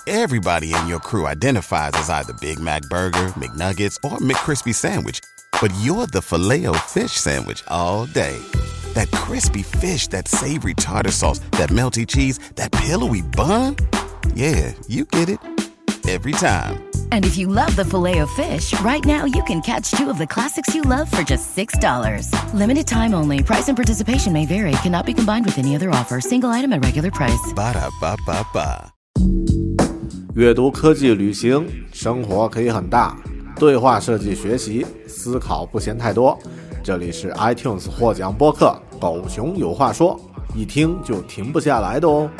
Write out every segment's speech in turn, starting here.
Everybody in your crew identifies as either Big Mac Burger, McNuggets, or McCrispy Sandwich. But you're the Filet-O-Fish Sandwich all day. That crispy fish, that savory tartar sauce, that melty cheese, that pillowy bun. Yeah, you get it. Every time. And if you love the Filet-O-Fish, right now you can catch two of the classics you love for just $6. Limited time only. Price and participation may vary. Cannot be combined with any other offer. Single item at regular price. Ba-da-ba-ba-ba. 阅读、科技、旅行，生活可以很大。对话设计学习，思考不嫌太多。这里是 iTunes 获奖播客《狗熊有话说》，一听就停不下来的哦。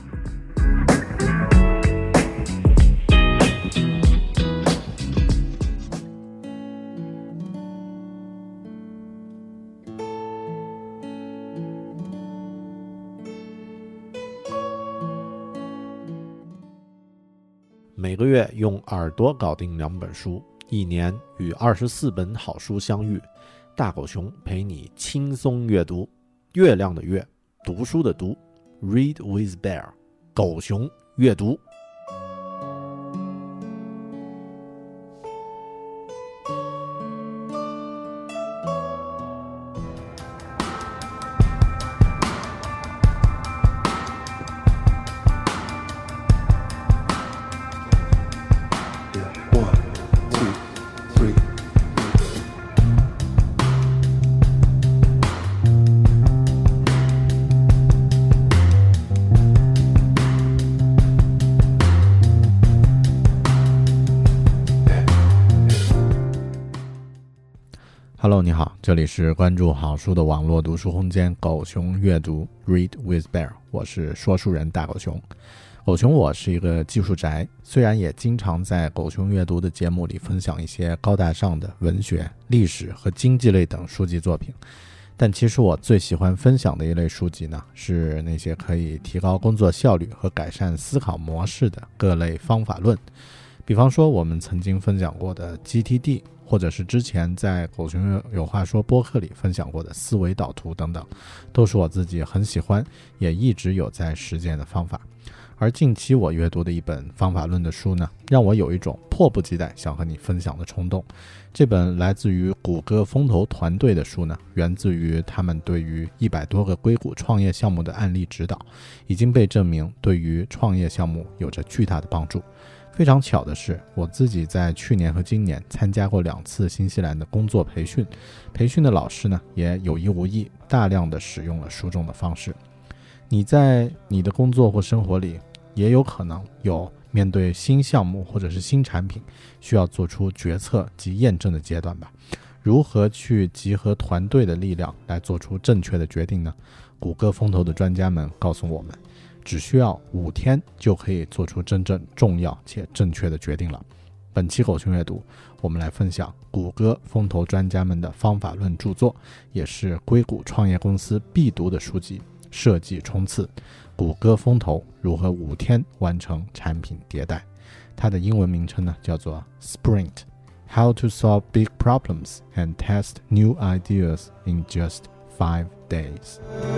每个月用耳朵搞定2本书，一年与24本好书相遇。大狗熊陪你轻松阅读。月亮的月，读书的读 ，Read with Bear， 狗熊阅读。Hello， 你好，这里是关注好书的网络读书空间狗熊阅读 Read with Bear， 我是说书人大狗熊。狗熊我是一个技术宅，虽然也经常在狗熊阅读的节目里分享一些高大上的文学、历史和经济类等书籍作品，但其实我最喜欢分享的一类书籍呢，是那些可以提高工作效率和改善思考模式的各类方法论。比方说我们曾经分享过的 GTD， 或者是之前在狗熊有话说播客里分享过的思维导图等等，都是我自己很喜欢也一直有在实践的方法。而近期我阅读的一本方法论的书呢，让我有一种迫不及待想和你分享的冲动。这本来自于谷歌风投团队的书呢，源自于他们对于100多个硅谷创业项目的案例指导，已经被证明对于创业项目有着巨大的帮助。非常巧的是，我自己在去年和今年参加过2次新西兰的工作培训，培训的老师呢，也有意无意大量的使用了书中的方式。你在你的工作或生活里，也有可能有面对新项目或者是新产品，需要做出决策及验证的阶段吧？如何去集合团队的力量来做出正确的决定呢？谷歌风投的专家们告诉我们，只需要5天就可以做出真正重要且正确的决定了。本期狗熊阅读，我们来分享谷歌风投专家们的方法论著作，也是硅谷创业公司必读的书籍《设计冲刺：谷歌风投如何5天完成产品迭代》。它的英文名称呢叫做 Sprint， How to solve big problems and test new ideas in just 5 days。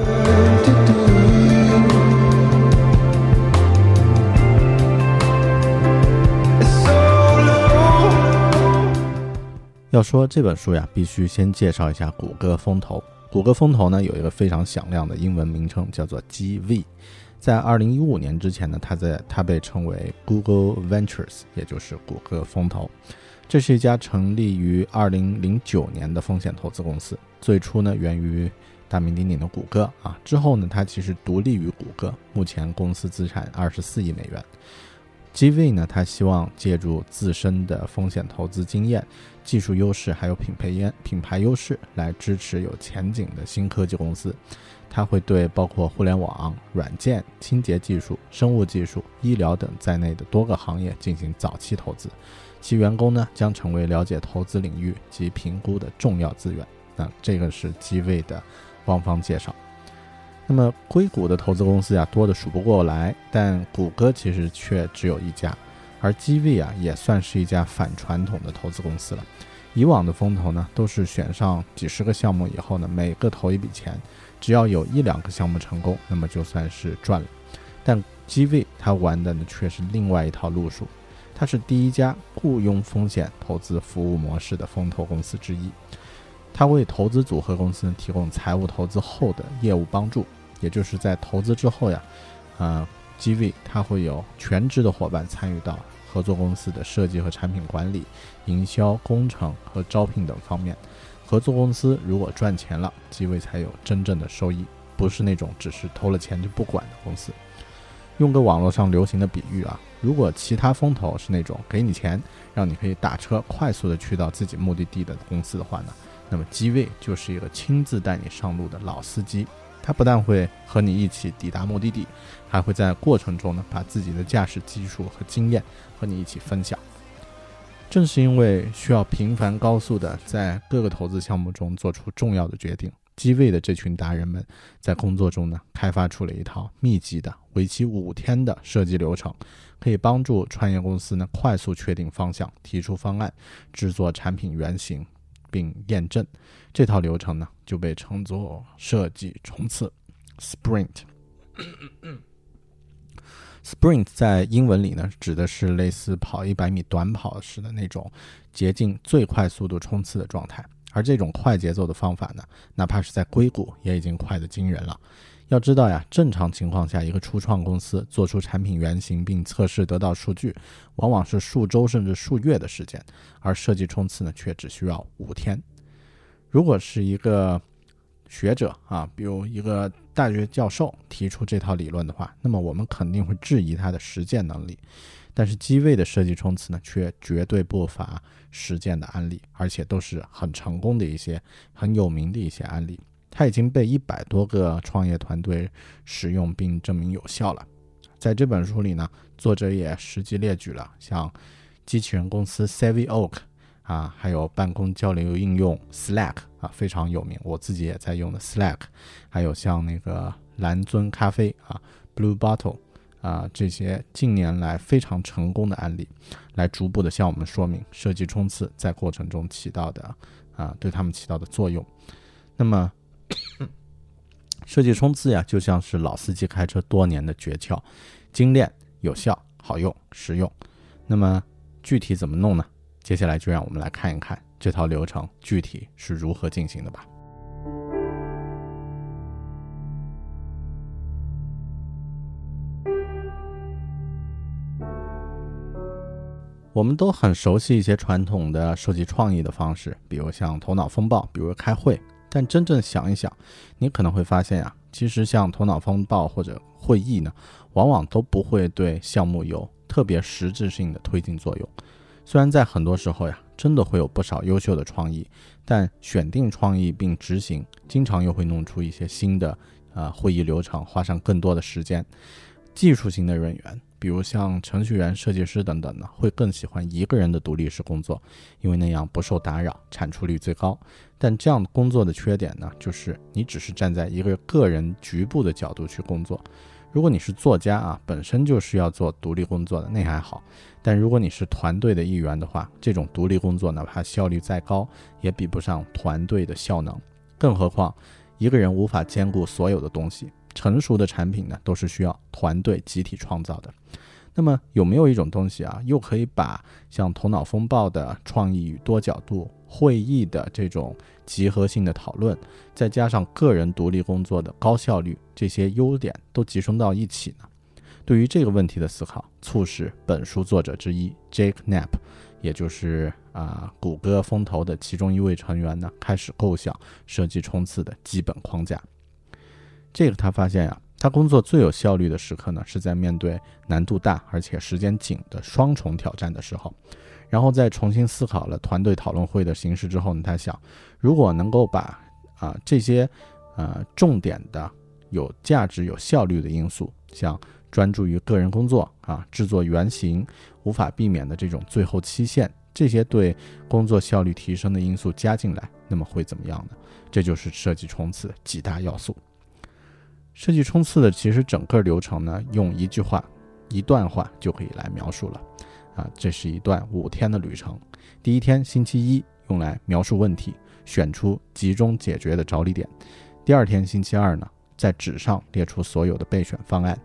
要说这本书呀，必须先介绍一下谷歌风投。谷歌风投呢有一个非常响亮的英文名称，叫做 GV。在2015年之前呢，它被称为 Google Ventures， 也就是谷歌风投。这是一家成立于2009年的风险投资公司，最初呢源于大名鼎鼎的谷歌啊，之后呢它其实独立于谷歌，目前公司资产24亿美元。GV 呢，他希望借助自身的风险投资经验、技术优势还有品牌优势来支持有前景的新科技公司。他会对包括互联网、软件、清洁技术、生物技术、医疗等在内的多个行业进行早期投资，其员工呢将成为了解投资领域及评估的重要资源。那这个是 GV 的官方介绍。那么硅谷的投资公司多的数不过来，但谷歌其实却只有一家，而 GV 也算是一家反传统的投资公司了。以往的风投呢，都是选上几十个项目以后呢，每个投一笔钱，只要有1-2个项目成功，那么就算是赚了。但 GV 它玩的呢却是另外一套路数，它是第一家雇佣风险投资服务模式的风投公司之一。它为投资组合公司提供财务投资后的业务帮助，也就是在投资之后呀，GV 它会有全职的伙伴参与到合作公司的设计和产品管理、营销、工程和招聘等方面。合作公司如果赚钱了， GV 才有真正的收益，不是那种只是投了钱就不管的公司。用个网络上流行的比喻啊，如果其他风投是那种给你钱让你可以打车快速的去到自己目的地的公司的话呢，那么 GV 就是一个亲自带你上路的老司机。他不但会和你一起抵达目的地，还会在过程中呢把自己的驾驶技术和经验和你一起分享。正是因为需要频繁高速的在各个投资项目中做出重要的决定，GV 的这群达人们在工作中呢开发出了一套密集的为期5天的设计流程，可以帮助创业公司呢快速确定方向、提出方案、制作产品原型并验证。这套流程呢就被称作设计冲刺 Sprint。Sprint 在英文里呢指的是类似跑100米短跑时的那种捷径最快速度冲刺的状态，而这种快节奏的方法呢，哪怕是在硅谷也已经快得惊人了。要知道呀，正常情况下一个初创公司做出产品原型并测试得到数据，往往是数周甚至数月的时间，而设计冲刺呢却只需要5天。如果是一个学者啊，比如一个大学教授提出这套理论的话，那么我们肯定会质疑他的实践能力。但是GV的设计冲刺呢，却绝对不乏实践的案例，而且都是很成功的一些很有名的一些案例。它已经被100多个创业团队使用并证明有效了。在这本书里呢，作者也实际列举了像机器人公司 Savvy Oak 啊，还有办公交流应用 Slack 啊，非常有名，我自己也在用的 Slack， 还有像那个蓝樽咖啡啊 Blue Bottle 啊，这些近年来非常成功的案例，来逐步的向我们说明设计冲刺在过程中起到的对他们起到的作用。那么设计冲刺呀，就像是老司机开车多年的诀窍，精炼、有效、好用、实用。那么具体怎么弄呢？接下来就让我们来看一看这套流程具体是如何进行的吧。我们都很熟悉一些传统的设计创意的方式，比如像头脑风暴，比如开会。但真正想一想，你可能会发现其实像头脑风暴或者会议呢，往往都不会对项目有特别实质性的推进作用。虽然在很多时候真的会有不少优秀的创意，但选定创意并执行，经常又会弄出一些新的会议流程，花上更多的时间。技术型的人员，比如像程序员、设计师等等呢，会更喜欢一个人的独立式工作，因为那样不受打扰，产出率最高。但这样工作的缺点呢，就是你只是站在一个个人局部的角度去工作。如果你是作家本身就是要做独立工作的，那还好。但如果你是团队的一员的话，这种独立工作哪怕效率再高，也比不上团队的效能。更何况一个人无法兼顾所有的东西，成熟的产品呢，都是需要团队集体创造的。那么有没有一种东西又可以把像头脑风暴的创意与多角度会议的这种集合性的讨论，再加上个人独立工作的高效率，这些优点都集中到一起呢？对于这个问题的思考，促使本书作者之一 Jake Knapp， 也就是谷歌风投的其中一位成员呢，开始构想设计冲刺的基本框架。这个他发现他工作最有效率的时刻呢，是在面对难度大而且时间紧的双重挑战的时候。然后在重新思考了团队讨论会的形式之后呢，他想，如果能够把这些重点的有价值有效率的因素，像专注于个人工作制作原型无法避免的这种最后期限，这些对工作效率提升的因素加进来，那么会怎么样呢？这就是设计冲刺的几大要素。设计冲刺的其实整个流程呢，用一句话一段话就可以来描述了这是一段5天的旅程。第一天星期一用来描述问题，选出集中解决的着力点。第二天星期二呢，在纸上列出所有的备选方案。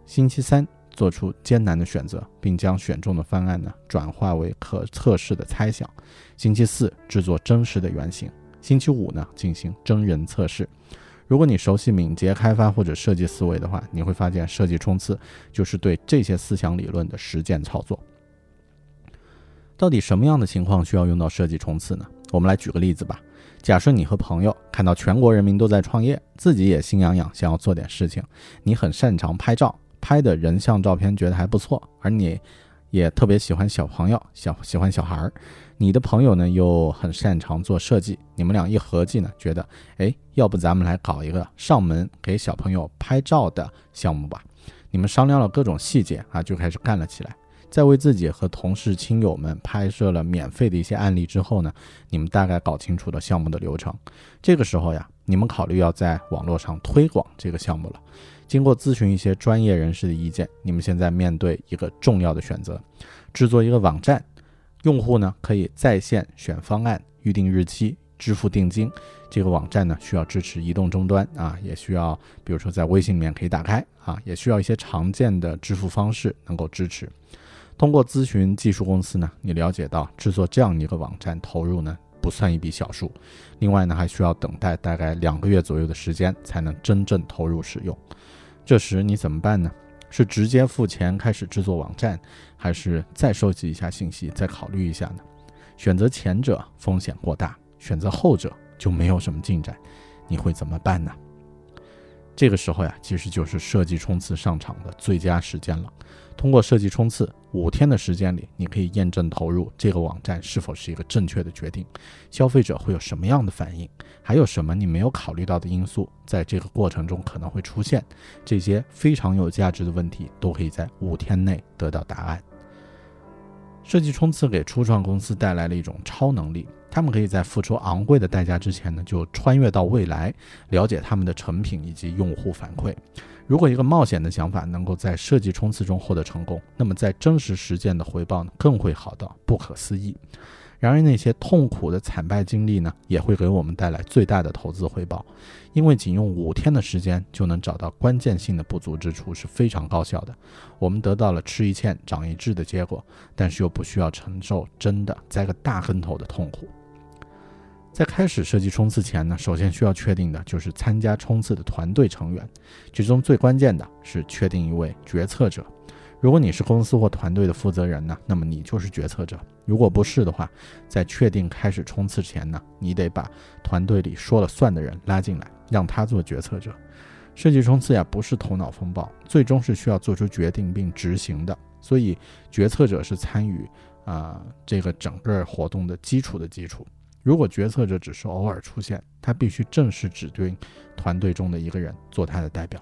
星期三做出艰难的选择，并将选中的方案呢转化为可测试的猜想。星期四制作真实的原型。星期五呢进行真人测试。如果你熟悉敏捷开发或者设计思维的话，你会发现设计冲刺就是对这些思想理论的实践操作。到底什么样的情况需要用到设计冲刺呢？我们来举个例子吧。假设你和朋友看到全国人民都在创业，自己也心痒痒想要做点事情，你很擅长拍照，拍的人像照片觉得还不错，而你也特别喜欢小朋友，喜欢小孩，你的朋友呢又很擅长做设计，你们俩一合计呢，觉得要不咱们来搞一个上门给小朋友拍照的项目吧。你们商量了各种细节就开始干了起来。在为自己和同事亲友们拍摄了免费的一些案例之后呢，你们大概搞清楚了项目的流程。这个时候呀，你们考虑要在网络上推广这个项目了。经过咨询一些专业人士的意见，你们现在面对一个重要的选择：制作一个网站。用户呢可以在线选方案、预定日期、支付定金。这个网站呢需要支持移动终端也需要比如说在微信里面可以打开也需要一些常见的支付方式能够支持。通过咨询技术公司呢，你了解到制作这样一个网站投入呢不算一笔小数，另外呢还需要等待大概2个月左右的时间才能真正投入使用。这时你怎么办呢？是直接付钱开始制作网站，还是再收集一下信息再考虑一下呢？选择前者风险过大，选择后者就没有什么进展，你会怎么办呢？这个时候呀，其实就是设计冲刺上场的最佳时间了。通过设计冲刺5天的时间里，你可以验证投入这个网站是否是一个正确的决定，消费者会有什么样的反应，还有什么你没有考虑到的因素在这个过程中可能会出现，这些非常有价值的问题都可以在5天内得到答案。设计冲刺给初创公司带来了一种超能力，他们可以在付出昂贵的代价之前呢，就穿越到未来，了解他们的成品以及用户反馈。如果一个冒险的想法能够在设计冲刺中获得成功，那么在真实实践的回报呢，更会好到不可思议。然而那些痛苦的惨败经历呢，也会给我们带来最大的投资回报，因为仅用5天的时间就能找到关键性的不足之处是非常高效的。我们得到了吃一堑长一智的结果，但是又不需要承受真的栽个大跟头的痛苦。在开始设计冲刺前呢，首先需要确定的就是参加冲刺的团队成员，其中最关键的是确定一位决策者。如果你是公司或团队的负责人呢，那么你就是决策者。如果不是的话，在确定开始冲刺前呢，你得把团队里说了算的人拉进来，让他做决策者。设计冲刺呀，不是头脑风暴，最终是需要做出决定并执行的。所以决策者是参与这个整个活动的基础的基础。如果决策者只是偶尔出现，他必须正式指定团队中的一个人做他的代表。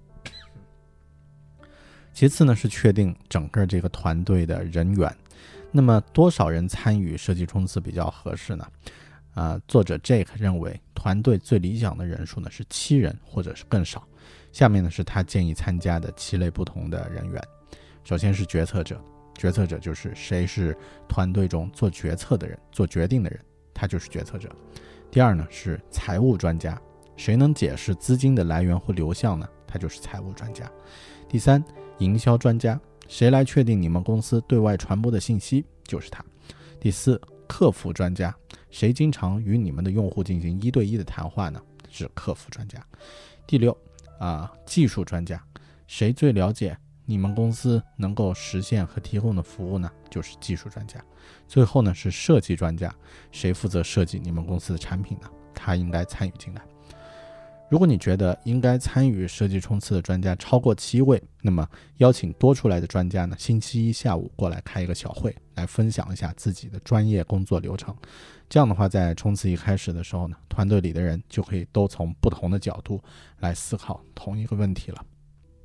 其次呢，是确定整个这个团队的人员。那么多少人参与设计冲刺比较合适呢？作者 Jake 认为团队最理想的人数呢是7人或者是更少。下面呢是他建议参加的7类不同的人员。首先是决策者，决策者就是谁是团队中做决策的人，做决定的人，他就是决策者。第二呢是财务专家，谁能解释资金的来源或流向呢？他就是财务专家。第三，营销专家，谁来确定你们公司对外传播的信息？就是他。第四，客服专家，谁经常与你们的用户进行1对1的谈话呢？是客服专家。第六，技术专家，谁最了解你们公司能够实现和提供的服务呢？就是技术专家。最后呢是设计专家，谁负责设计你们公司的产品呢？他应该参与进来。如果你觉得应该参与设计冲刺的专家超过7位，那么邀请多出来的专家呢，星期一下午过来开一个小会，来分享一下自己的专业工作流程。这样的话，在冲刺一开始的时候呢，团队里的人就可以都从不同的角度来思考同一个问题了。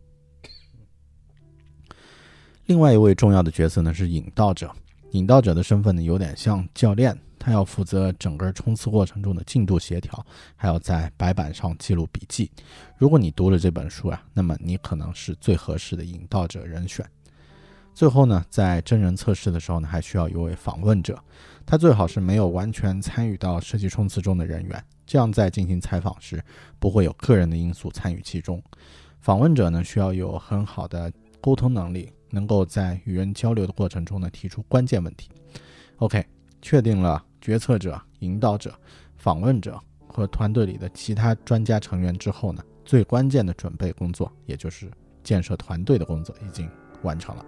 另外一位重要的角色呢是引导者。引导者的身份呢有点像教练，他要负责整个冲刺过程中的进度协调，还要在白板上记录笔记。如果你读了这本书那么你可能是最合适的引导者人选。最后呢，在真人测试的时候呢，还需要一位访问者，他最好是没有完全参与到设计冲刺中的人员，这样在进行采访时不会有个人的因素参与其中。 访问者呢需要有很好的沟通能力，能够在与人交流的过程中呢提出关键问题。OK， 确定了决策者、引导者、访问者和团队里的其他专家成员之后呢，最关键的准备工作，也就是建设团队的工作已经完成了。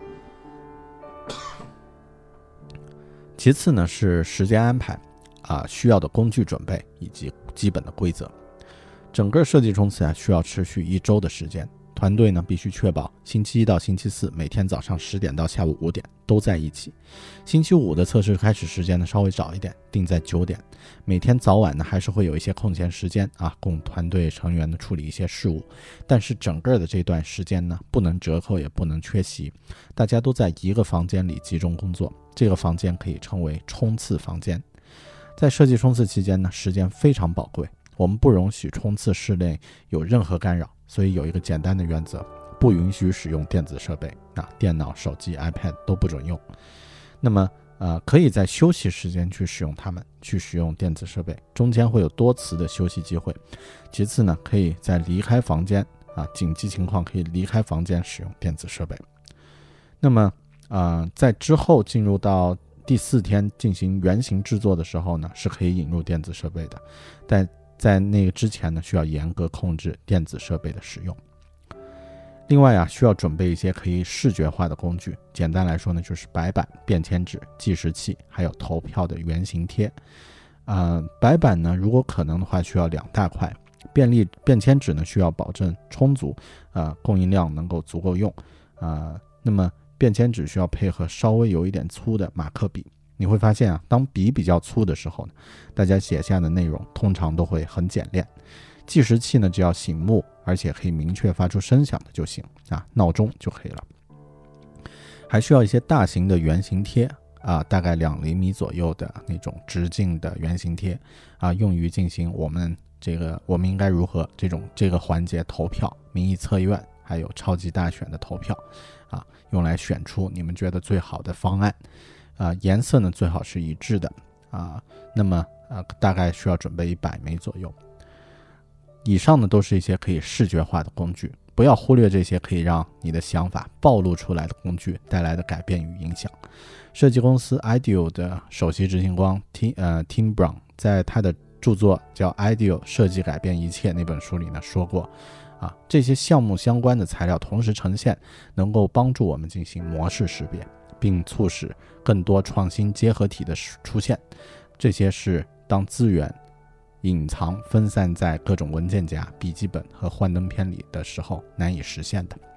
其次呢是时间安排需要的工具准备以及基本的规则。整个设计冲刺需要持续1周的时间，团队呢必须确保星期一到星期四每天早上10点到下午5点都在一起。星期五的测试开始时间呢稍微早一点，定在9点。每天早晚呢还是会有一些空闲时间供团队成员呢处理一些事务，但是整个的这段时间呢不能折扣也不能缺席，大家都在一个房间里集中工作，这个房间可以称为冲刺房间。在设计冲刺期间呢，时间非常宝贵，我们不容许冲刺室内有任何干扰，所以有一个简单的原则，不允许使用电子设备电脑、手机、iPad 都不准用。那么可以在休息时间去使用它们，去使用电子设备，中间会有多次的休息机会。其次呢，可以在离开房间紧急情况可以离开房间使用电子设备。那么在之后进入到第4天进行原型制作的时候呢，是可以引入电子设备的，但在那个之前呢，需要严格控制电子设备的使用。另外需要准备一些可以视觉化的工具，简单来说呢，就是白板、便签纸、计时器，还有投票的圆形贴。白板呢，如果可能的话，需要2大块；便签纸呢，需要保证充足，供应量能够足够用。那么便签纸需要配合稍微有一点粗的马克笔。你会发现当笔比较粗的时候呢，大家写下的内容通常都会很简练。计时器呢，只要醒目而且可以明确发出声响的就行闹钟就可以了。还需要一些大型的圆形贴大概2厘米左右的那种直径的圆形贴用于进行我们应该如何这个环节投票、民意测验还有超级大选的投票用来选出你们觉得最好的方案。颜色呢最好是一致的那么大概需要准备100枚左右。以上呢都是一些可以视觉化的工具，不要忽略这些可以让你的想法暴露出来的工具带来的改变与影响。设计公司 IDEO 的首席执行官 Tim Brown 在他的著作叫 IDEO 设计改变一切那本书里呢说过这些项目相关的材料同时呈现，能够帮助我们进行模式识别，并促使更多创新结合体的出现。这些是当资源隐藏分散在各种文件夹、笔记本和幻灯片里的时候难以实现的。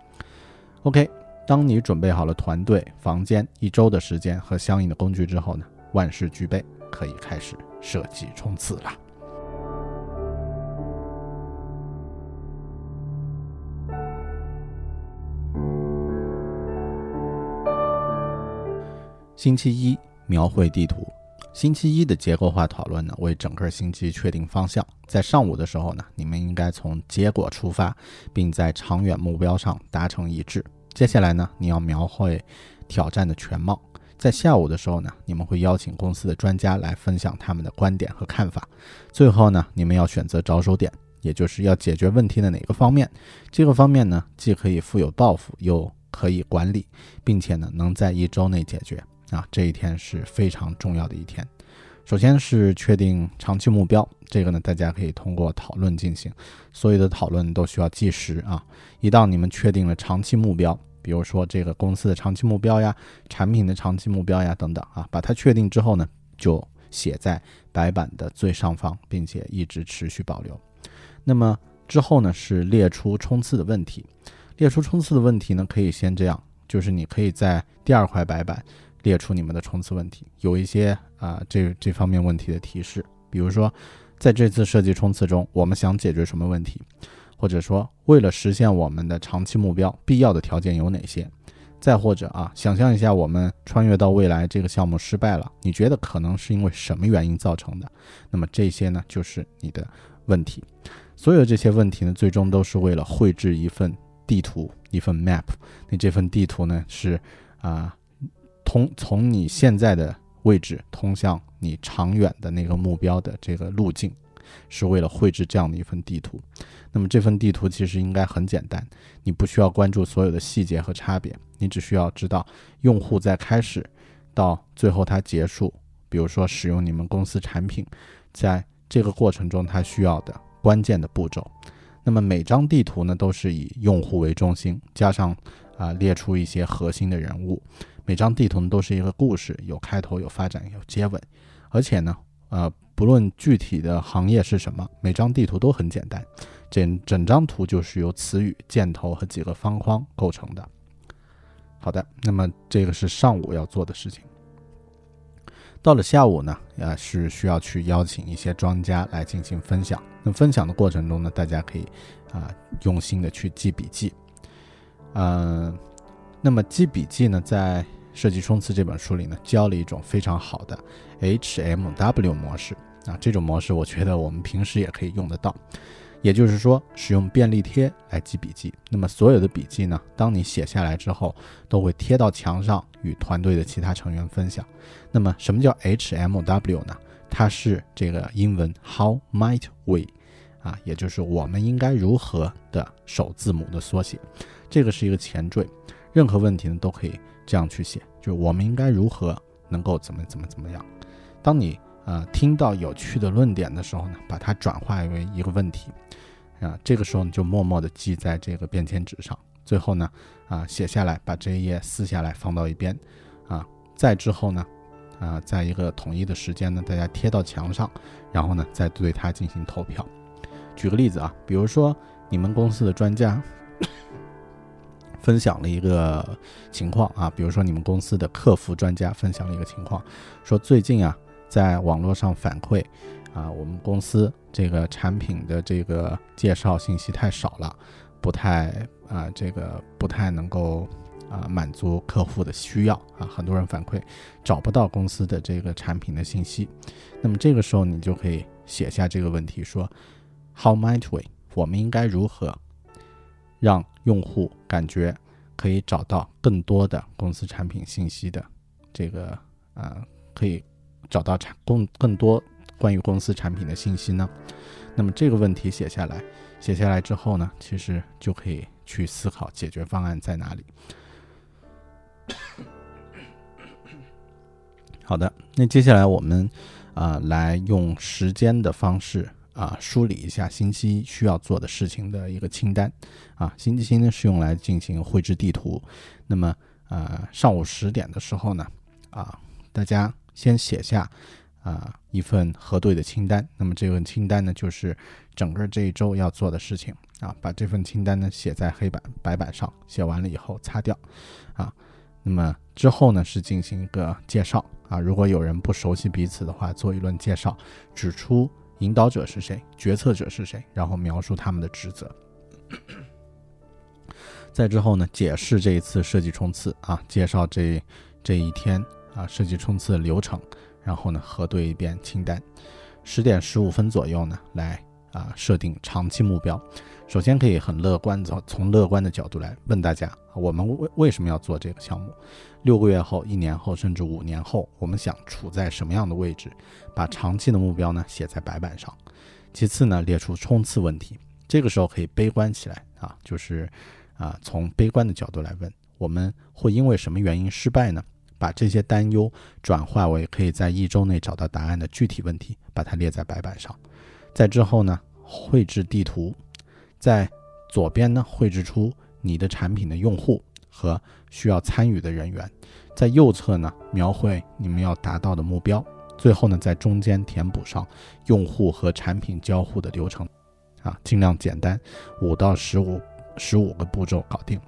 OK， 当你准备好了团队、房间、1周的时间和相应的工具之后呢，万事俱备，可以开始设计冲刺了。星期一，描绘地图。星期一的结构化讨论呢，为整个星期确定方向。在上午的时候呢，你们应该从结果出发，并在长远目标上达成一致。接下来呢，你要描绘挑战的全貌。在下午的时候呢，你们会邀请公司的专家来分享他们的观点和看法。最后呢，你们要选择着手点，也就是要解决问题的哪个方面。这个方面呢，既可以富有抱负，又可以管理，并且呢，能在1周内解决。这一天是非常重要的一天。首先是确定长期目标，这个呢大家可以通过讨论进行，所有的讨论都需要计时一到你们确定了长期目标，比如说这个公司的长期目标呀、产品的长期目标呀等等把它确定之后呢，就写在白板的最上方，并且一直持续保留。那么之后呢是列出冲刺的问题。列出冲刺的问题呢，可以先这样，就是你可以在第2块白板列出你们的冲刺问题，有一些这方面问题的提示，比如说在这次设计冲刺中我们想解决什么问题，或者说为了实现我们的长期目标必要的条件有哪些，再或者想象一下我们穿越到未来这个项目失败了，你觉得可能是因为什么原因造成的，那么这些呢就是你的问题。所有这些问题呢，最终都是为了绘制一份地图，一份 map。 那这份地图呢是从你现在的位置通向你长远的那个目标的这个路径。 是为了绘制这样的一份地图。那么这份地图其实应该很简单，你不需要关注所有的细节和差别，你只需要知道用户在开始到最后它结束，比如说使用你们公司产品，在这个过程中它需要的关键的步骤。那么每张地图呢都是以用户为中心，加上列出一些核心的人物。每张地图都是一个故事，有开头有发展有结尾。而且呢不论具体的行业是什么，每张地图都很简单，整张图就是由词语、箭头和几个方框构成的。好的，那么这个是上午要做的事情。到了下午呢是需要去邀请一些专家来进行分享。那分享的过程中呢，大家可以用心的去记笔记。那么记笔记呢，在设计冲刺这本书里呢，教了一种非常好的 HMW 模式这种模式我觉得我们平时也可以用得到。也就是说，使用便利贴来记笔记。那么所有的笔记呢，当你写下来之后，都会贴到墙上与团队的其他成员分享。那么什么叫 HMW 呢？它是这个英文 How might we 也就是我们应该如何的首字母的缩写。这个是一个前缀，任何问题呢都可以这样去写，就是我们应该如何能够怎么样。当你听到有趣的论点的时候呢，把它转化为一个问题这个时候你就默默地记在这个便签纸上，最后呢写下来，把这一页撕下来放到一边再之后呢在一个统一的时间呢，大家贴到墙上，然后呢再对它进行投票。举个例子比如说你们公司的专家分享了一个情况比如说你们公司的客服专家分享了一个情况，说最近在网络上反馈我们公司这个产品的这个介绍信息太少了，不太能够满足客户的需要很多人反馈找不到公司的这个产品的信息。那么这个时候你就可以写下这个问题，说 How might we 我们应该如何让用户感觉可以找到更多的公司产品信息的这个可以找到更多关于公司产品的信息呢？那么这个问题写下来之后呢，其实就可以去思考解决方案在哪里。好的，那接下来我们来用时间的方式梳理一下星期一需要做的事情的一个清单星期一呢是用来进行绘制地图。那么上午10点的时候呢大家先写下一份核对的清单。那么这份清单呢就是整个这一周要做的事情把这份清单呢写在白板上，写完了以后擦掉那么之后呢是进行一个介绍如果有人不熟悉彼此的话，做一轮介绍，指出引导者是谁，决策者是谁，然后描述他们的职责。再之后呢，解释这一次设计冲刺介绍这一天设计冲刺的流程，然后呢核对一遍清单。10点15分左右呢来设定长期目标。首先可以很乐观，从乐观的角度来问大家，我们为什么要做这个项目？6个月后、1年后甚至5年后，我们想处在什么样的位置？把长期的目标呢写在白板上。其次呢，列出冲刺问题。这个时候可以悲观起来就是从悲观的角度来问，我们会因为什么原因失败呢？把这些担忧转化为可以在1周内找到答案的具体问题，把它列在白板上。再之后呢，绘制地图，在左边呢绘制出你的产品的用户和需要参与的人员，在右侧呢描绘你们要达到的目标，最后呢在中间填补上用户和产品交互的流程尽量简单，5到15个步骤搞定。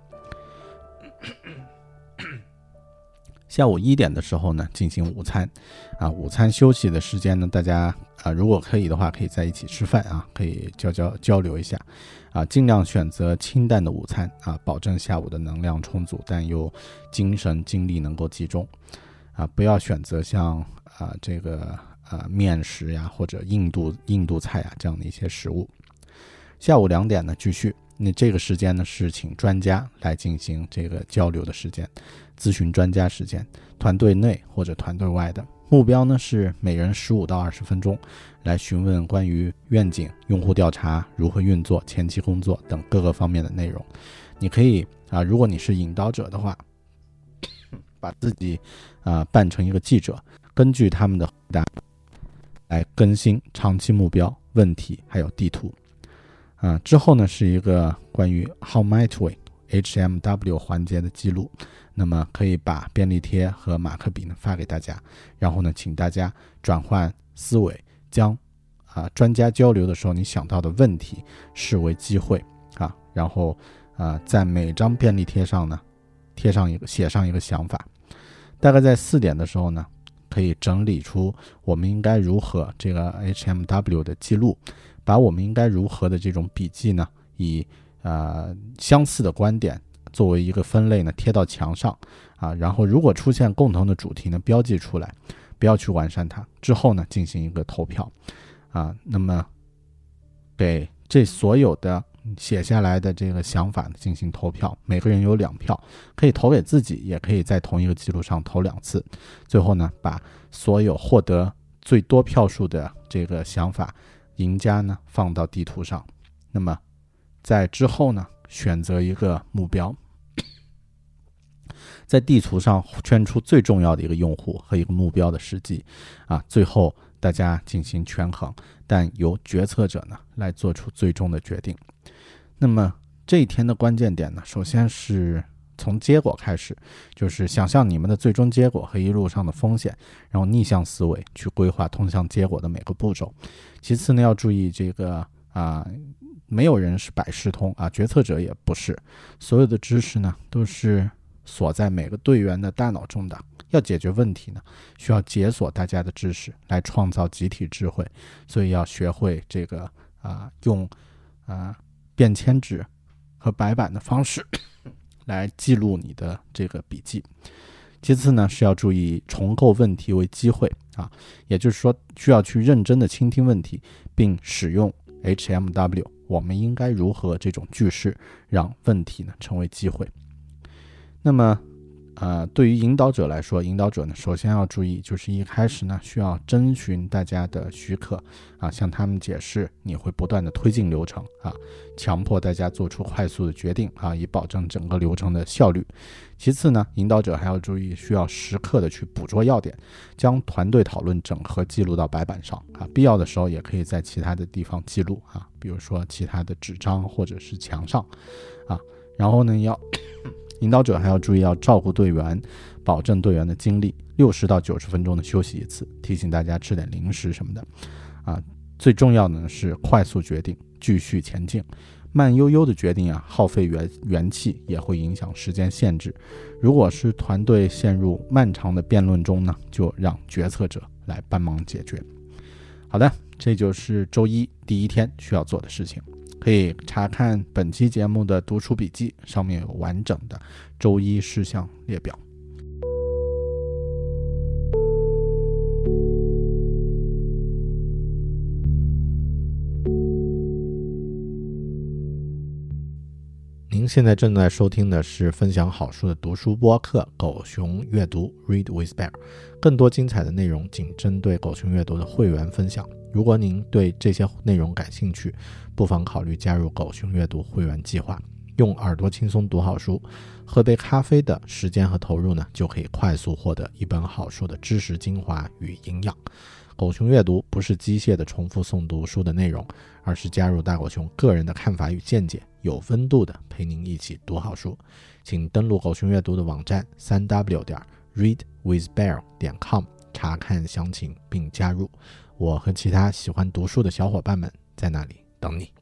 下午1点的时候呢进行午餐午餐休息的时间呢，大家如果可以的话可以在一起吃饭可以交流一下尽量选择清淡的午餐保证下午的能量充足，但又精神精力能够集中不要选择像这个面食呀或者印度菜这样的一些食物。下午2点呢继续，那这个时间呢是请专家来进行这个交流的时间，咨询专家时间，团队内或者团队外的目标呢是每人15到20分钟，来询问关于愿景、用户调查、如何运作、前期工作等各个方面的内容。你可以如果你是引导者的话，把自己扮成一个记者，根据他们的回答来更新长期目标、问题还有地图。之后呢是一个关于 How might we HMW 环节的记录，那么可以把便利贴和马克笔呢发给大家，然后呢请大家转换思维，将专家交流的时候你想到的问题视为机会然后在每张便利贴上呢写上一个想法。大概在4点的时候呢，可以整理出我们应该如何这个 HMW 的记录，把我们应该如何的这种笔记呢，以相似的观点作为一个分类呢贴到墙上然后如果出现共同的主题呢标记出来，不要去完善它，之后呢进行一个投票那么给这所有的写下来的这个想法进行投票，每个人有2票，可以投给自己，也可以在同一个记录上投2次。最后呢，把所有获得最多票数的这个想法赢家呢放到地图上。那么在之后呢，选择一个目标，在地图上圈出最重要的一个用户和一个目标的时机最后大家进行权衡，但由决策者呢来做出最终的决定。那么这一天的关键点呢，首先是从结果开始，就是想象你们的最终结果和一路上的风险，然后逆向思维去规划通向结果的每个步骤。其次呢，要注意这个没有人是百事通决策者也不是，所有的知识呢都是锁在每个队员的大脑中的。要解决问题呢，需要解锁大家的知识来创造集体智慧，所以要学会这个用便签纸和白板的方式来记录你的这个笔记。其次呢，是要注意重构问题为机会也就是说需要去认真的倾听问题，并使用 HMW 我们应该如何这种句式，让问题呢成为机会。那么对于引导者来说，引导者呢首先要注意，就是一开始呢需要征询大家的许可向他们解释你会不断的推进流程强迫大家做出快速的决定以保证整个流程的效率。其次呢，引导者还要注意需要时刻的去捕捉要点，将团队讨论整合记录到白板上必要的时候也可以在其他的地方记录比如说其他的纸张或者是墙上然后呢引导者还要注意要照顾队员，保证队员的精力，60到90分钟的休息一次，提醒大家吃点零食什么的最重要的呢是快速决定，继续前进。慢悠悠的决定耗费元气，也会影响时间限制。如果是团队陷入漫长的辩论中呢，就让决策者来帮忙解决。好的，这就是周一第一天需要做的事情。可以查看本期节目的读书笔记，上面有完整的周一事项列表。您现在正在收听的是分享好书的读书播客狗熊阅读 Read with Bear， 更多精彩的内容仅针对狗熊阅读的会员分享。如果您对这些内容感兴趣，不妨考虑加入狗熊阅读会员计划，用耳朵轻松读好书，喝杯咖啡的时间和投入呢，就可以快速获得一本好书的知识精华与营养。狗熊阅读不是机械的重复诵读书的内容，而是加入大狗熊个人的看法与见解，有温度的陪您一起读好书。请登录狗熊阅读的网站 3w.readwithbear.com 查看详情并加入。我和其他喜欢读书的小伙伴们在那里等你。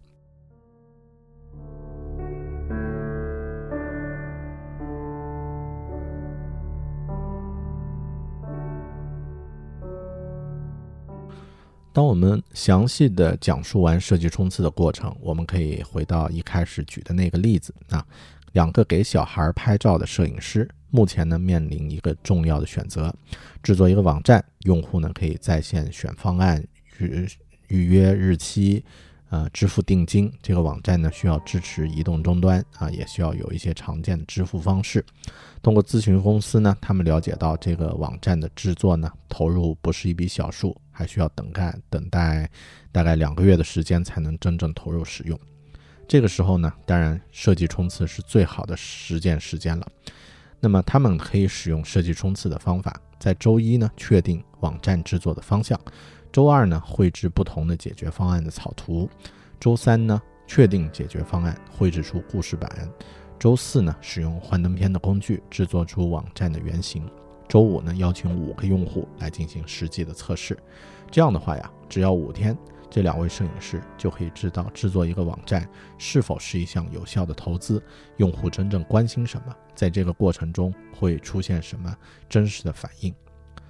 当我们详细的讲述完设计冲刺的过程，我们可以回到一开始举的那个例子2个给小孩拍照的摄影师目前呢面临一个重要的选择，制作一个网站，用户呢可以在线选方案、预约日期支付定金，这个网站呢需要支持移动终端也需要有一些常见的支付方式。通过咨询公司呢，他们了解到这个网站的制作呢投入不是一笔小数，还需要等待大概2个月的时间才能真正投入使用。这个时候呢，当然设计冲刺是最好的实践时间了。那么他们可以使用设计冲刺的方法，在周一呢确定网站制作的方向，周二呢绘制不同的解决方案的草图，周三呢确定解决方案，绘制出故事版，周四呢使用幻灯片的工具制作出网站的原型，周五呢邀请5个用户来进行实际的测试。这样的话呀，只要5天，这2位摄影师就可以知道制作一个网站是否是一项有效的投资，用户真正关心什么，在这个过程中会出现什么真实的反应。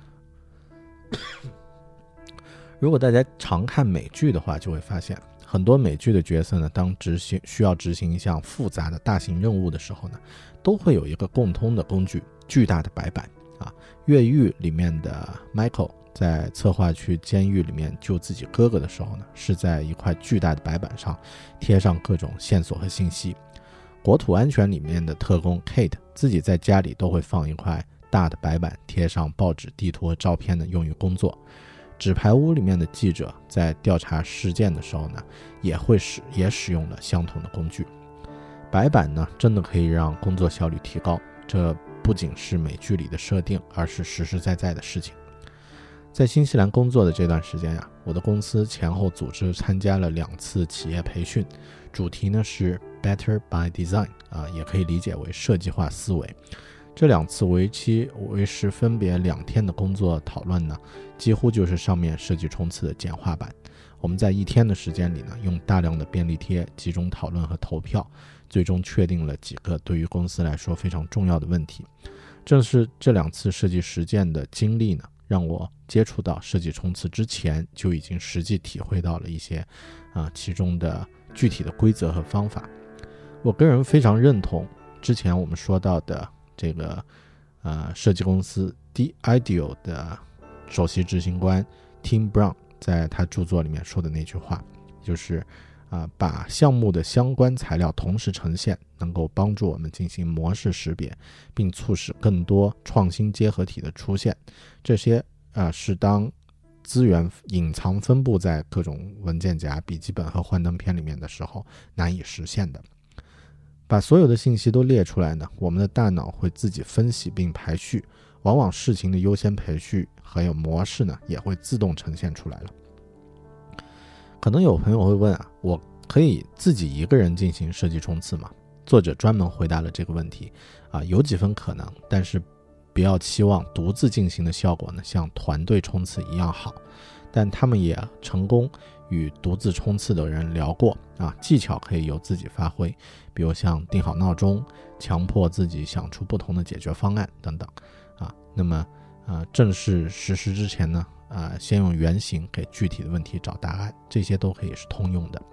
如果大家常看美剧的话，就会发现很多美剧的角色呢，当需要执行一项复杂的大型任务的时候呢，都会有一个共通的工具，巨大的白板越狱里面的 Michael 在策划去监狱里面救自己哥哥的时候呢，是在一块巨大的白板上贴上各种线索和信息。国土安全里面的特工 Kate 自己在家里都会放一块大的白板，贴上报纸、地图和照片呢，用于工作。纸牌屋里面的记者在调查事件的时候呢，也使用了相同的工具。白板呢，真的可以让工作效率提高，这不仅是美剧里的设定，而是实实在在的事情。在新西兰工作的这段时间呀，我的公司前后组织参加了2次企业培训，主题呢是 Better by Design 也可以理解为设计化思维。这2次为时分别2天的工作讨论呢，几乎就是上面设计冲刺的简化版。我们在1天的时间里呢，用大量的便利贴集中讨论和投票，最终确定了几个对于公司来说非常重要的问题。正是这2次设计实践的经历呢，让我接触到设计冲刺之前就已经实际体会到了一些其中的具体的规则和方法。我个人非常认同之前我们说到的这个设计公司 The Ideal 的首席执行官 Tim Brown 在他著作里面说的那句话，就是把项目的相关材料同时呈现，能够帮助我们进行模式识别，并促使更多创新结合体的出现。这些是当资源隐藏分布在各种文件夹、笔记本和幻灯片里面的时候难以实现的。把所有的信息都列出来呢，我们的大脑会自己分析并排序，往往事情的优先排序还有模式呢，也会自动呈现出来了。可能有朋友会问我可以自己一个人进行设计冲刺吗？作者专门回答了这个问题有几分可能，但是不要期望独自进行的效果呢像团队冲刺一样好。但他们也成功与独自冲刺的人聊过技巧可以由自己发挥，比如像定好闹钟，强迫自己想出不同的解决方案等等那么正式实施之前呢先用原型给具体的问题找答案，这些都可以是通用的。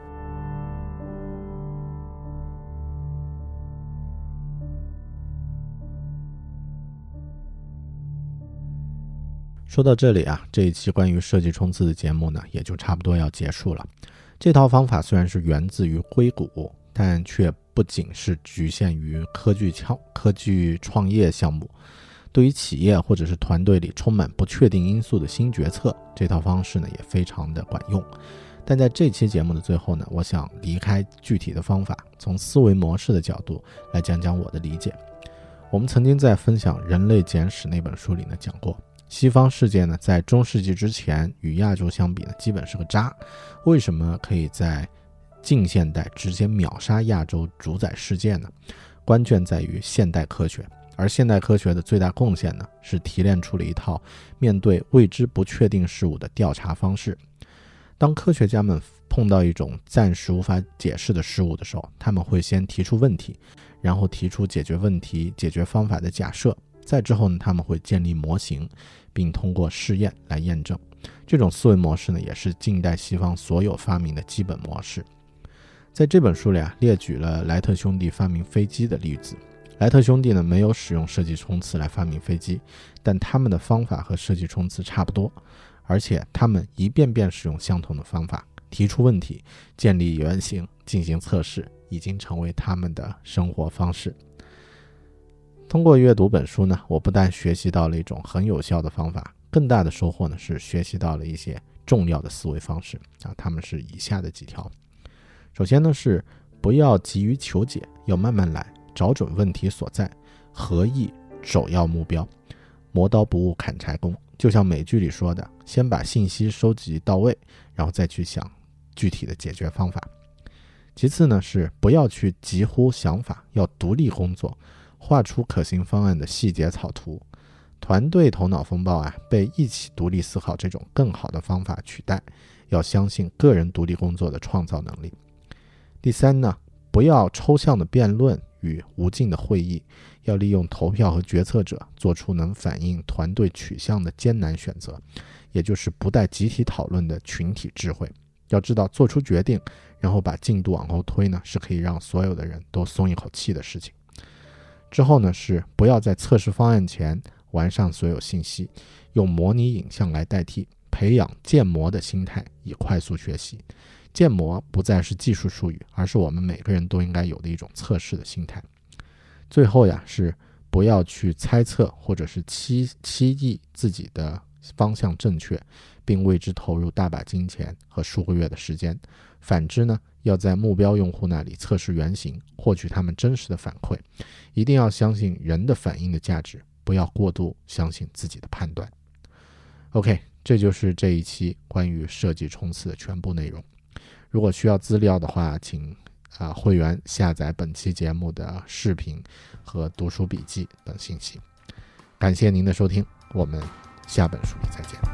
说到这里这一期关于设计冲刺的节目呢，也就差不多要结束了。这套方法虽然是源自于硅谷，但却不仅是局限于科技创业项目。对于企业或者是团队里充满不确定因素的新决策，这套方式呢也非常的管用。但在这期节目的最后呢，我想离开具体的方法，从思维模式的角度来讲讲我的理解。我们曾经在分享《人类简史》那本书里呢讲过，西方世界呢在中世纪之前与亚洲相比呢基本是个渣。为什么可以在近现代直接秒杀亚洲主宰世界呢？关键在于现代科学。而现代科学的最大贡献呢，是提炼出了一套面对未知不确定事物的调查方式。当科学家们碰到一种暂时无法解释的事物的时候，他们会先提出问题，然后提出解决问题、解决方法的假设，再之后呢，他们会建立模型，并通过试验来验证。这种思维模式呢，也是近代西方所有发明的基本模式。在这本书里列举了莱特兄弟发明飞机的例子。莱特兄弟呢没有使用设计冲刺来发明飞机，但他们的方法和设计冲刺差不多，而且他们一遍遍使用相同的方法， 提出问题，建立原型，进行测试，已经成为他们的生活方式。通过阅读本书呢，我不但学习到了一种很有效的方法，更大的收获呢是学习到了一些重要的思维方式他们是以下的几条。首先呢是不要急于求解，要慢慢来，找准问题所在，合意首要目标，磨刀不误砍柴工。就像美剧里说的，先把信息收集到位，然后再去想具体的解决方法。其次呢是不要去急乎想法，要独立工作，画出可行方案的细节草图。团队头脑风暴被一起独立思考这种更好的方法取代，要相信个人独立工作的创造能力。第三呢，不要抽象的辩论与无尽的会议，要利用投票和决策者做出能反映团队取向的艰难选择，也就是不带集体讨论的群体智慧。要知道做出决定，然后把进度往后推呢，是可以让所有的人都松一口气的事情。之后呢是不要在测试方案前完善所有信息，用模拟影像来代替，培养建模的心态，以快速学习。建模不再是技术术语，而是我们每个人都应该有的一种测试的心态。最后是不要去猜测或者是期冀自己的方向正确，并为之投入大把金钱和数个月的时间。反之呢，要在目标用户那里测试原型，获取他们真实的反馈。一定要相信人的反应的价值，不要过度相信自己的判断。OK， 这就是这一期关于设计冲刺的全部内容。如果需要资料的话，请会员下载本期节目的视频和读书笔记等信息。感谢您的收听，我们下本书里再见。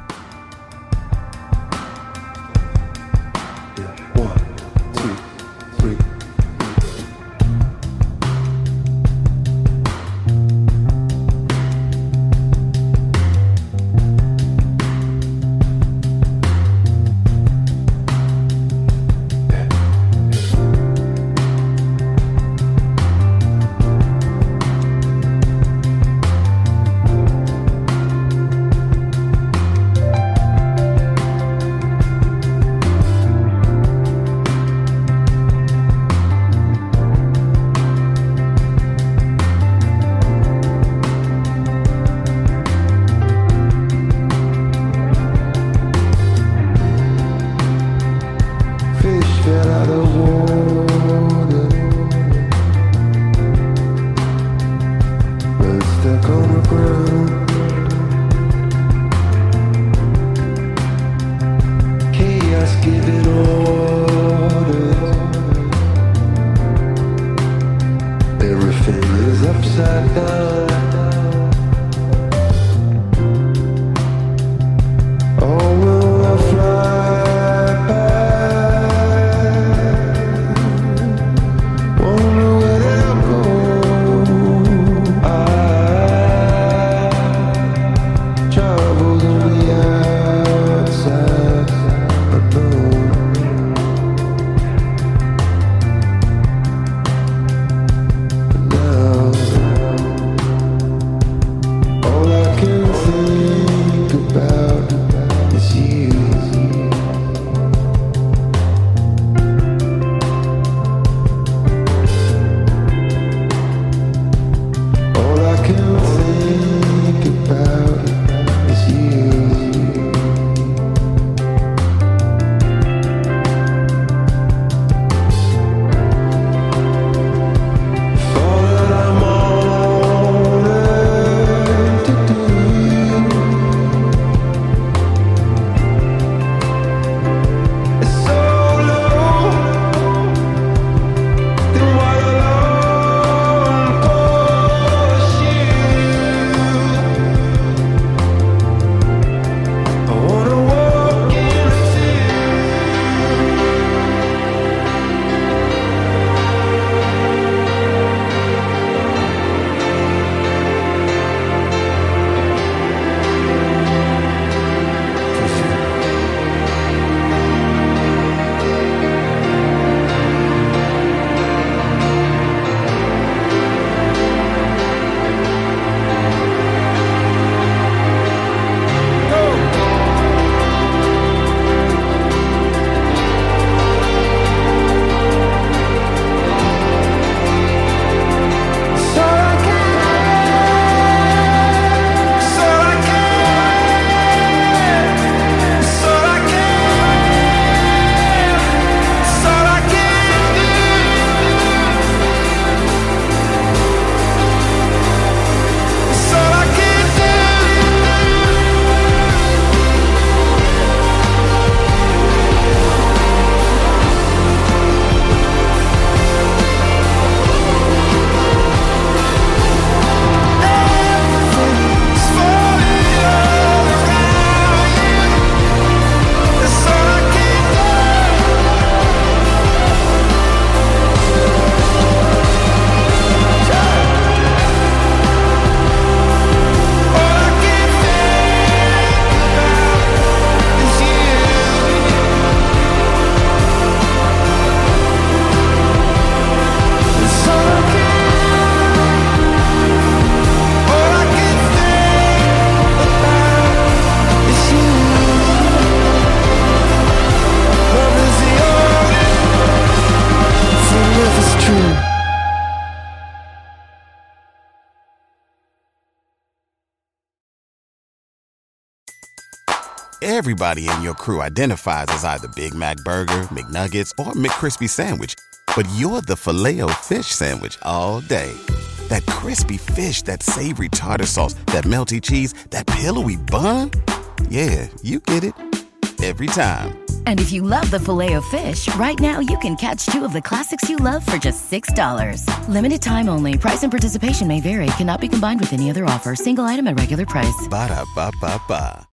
Everybody in your crew identifies as either Big Mac Burger, McNuggets, or McCrispy Sandwich. But you're the Filet-O-Fish Sandwich all day. That crispy fish, that savory tartar sauce, that melty cheese, that pillowy bun. Yeah, you get it. Every time. And if you love the Filet-O-Fish, right now you can catch two of the classics you love for just $6. Limited time only. Price and participation may vary. Cannot be combined with any other offer. Single item at regular price. Ba-da-ba-ba-ba.